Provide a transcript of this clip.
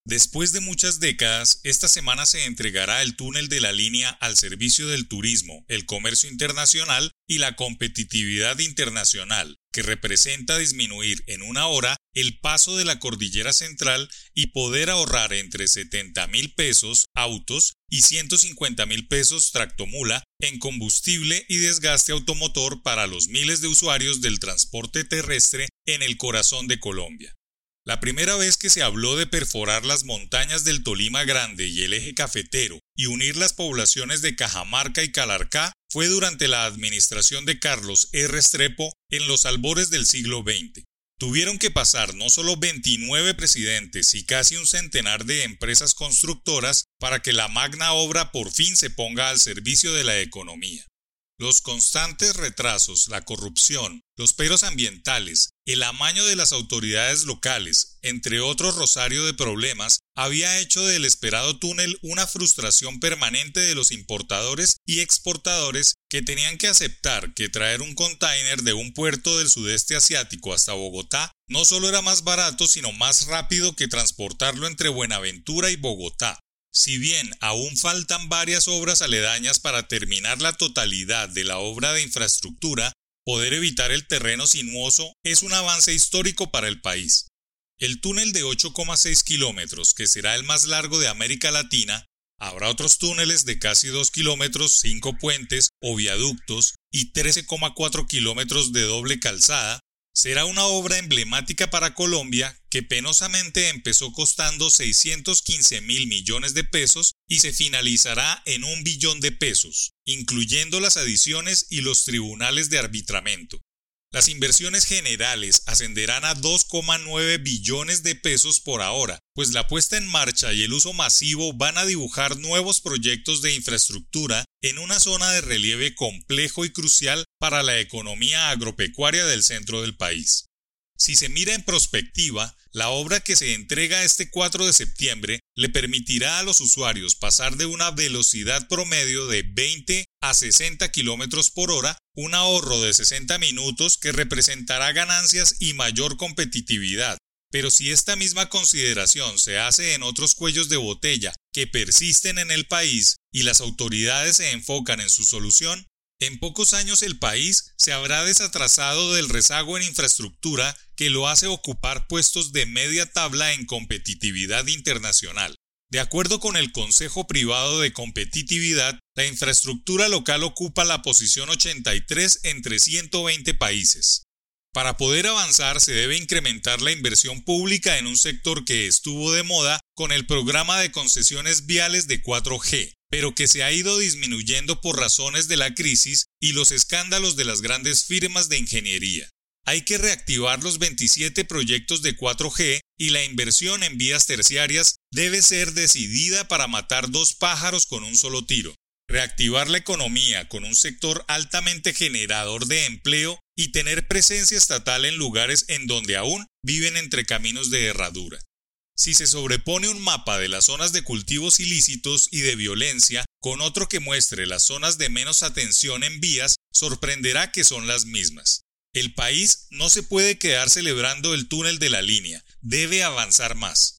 Después de muchas décadas, esta semana se entregará el túnel de la línea al servicio del turismo, el comercio internacional y la competitividad internacional, que representa disminuir en una hora el paso de la cordillera central y poder ahorrar entre 70,000 pesos autos y 150,000 pesos tractomula en combustible y desgaste automotor para los miles de usuarios del transporte terrestre en el corazón de Colombia. La primera vez que se habló de perforar las montañas del Tolima Grande y el eje cafetero y unir las poblaciones de Cajamarca y Calarcá fue durante la administración de Carlos R. Restrepo en los albores del siglo XX. Tuvieron que pasar no solo 29 presidentes y casi un centenar de empresas constructoras para que la magna obra por fin se ponga al servicio de la economía. Los constantes retrasos, la corrupción, los peros ambientales, el amaño de las autoridades locales, entre otros rosario de problemas, había hecho del esperado túnel una frustración permanente de los importadores y exportadores que tenían que aceptar que traer un container de un puerto del sudeste asiático hasta Bogotá no solo era más barato sino más rápido que transportarlo entre Buenaventura y Bogotá. Si bien aún faltan varias obras aledañas para terminar la totalidad de la obra de infraestructura, poder evitar el terreno sinuoso es un avance histórico para el país. El túnel de 8,6 kilómetros, que será el más largo de América Latina, habrá otros túneles de casi 2 kilómetros, 5 puentes o viaductos y 13,4 kilómetros de doble calzada. Será una obra emblemática para Colombia que penosamente empezó costando 615,000 millones de pesos y se finalizará en 1 billón de pesos, incluyendo las adiciones y los tribunales de arbitramiento. Las inversiones generales ascenderán a 2,9 billones de pesos por ahora, pues la puesta en marcha y el uso masivo van a dibujar nuevos proyectos de infraestructura en una zona de relieve complejo y crucial para la economía agropecuaria del centro del país. Si se mira en perspectiva, la obra que se entrega este 4 de septiembre le permitirá a los usuarios pasar de una velocidad promedio de 20 a 60 km por hora, un ahorro de 60 minutos que representará ganancias y mayor competitividad. Pero si esta misma consideración se hace en otros cuellos de botella que persisten en el país y las autoridades se enfocan en su solución, en pocos años el país se habrá desatrasado del rezago en infraestructura que lo hace ocupar puestos de media tabla en competitividad internacional. De acuerdo con el Consejo Privado de Competitividad, la infraestructura local ocupa la posición 83 entre 120 países. Para poder avanzar se debe incrementar la inversión pública en un sector que estuvo de moda con el programa de concesiones viales de 4G, pero que se ha ido disminuyendo por razones de la crisis y los escándalos de las grandes firmas de ingeniería. Hay que reactivar los 27 proyectos de 4G y la inversión en vías terciarias debe ser decidida para matar 2 pájaros con un solo tiro. Reactivar la economía con un sector altamente generador de empleo y tener presencia estatal en lugares en donde aún viven entre caminos de herradura. Si se sobrepone un mapa de las zonas de cultivos ilícitos y de violencia con otro que muestre las zonas de menos atención en vías, sorprenderá que son las mismas. El país no se puede quedar celebrando el túnel de la línea, debe avanzar más.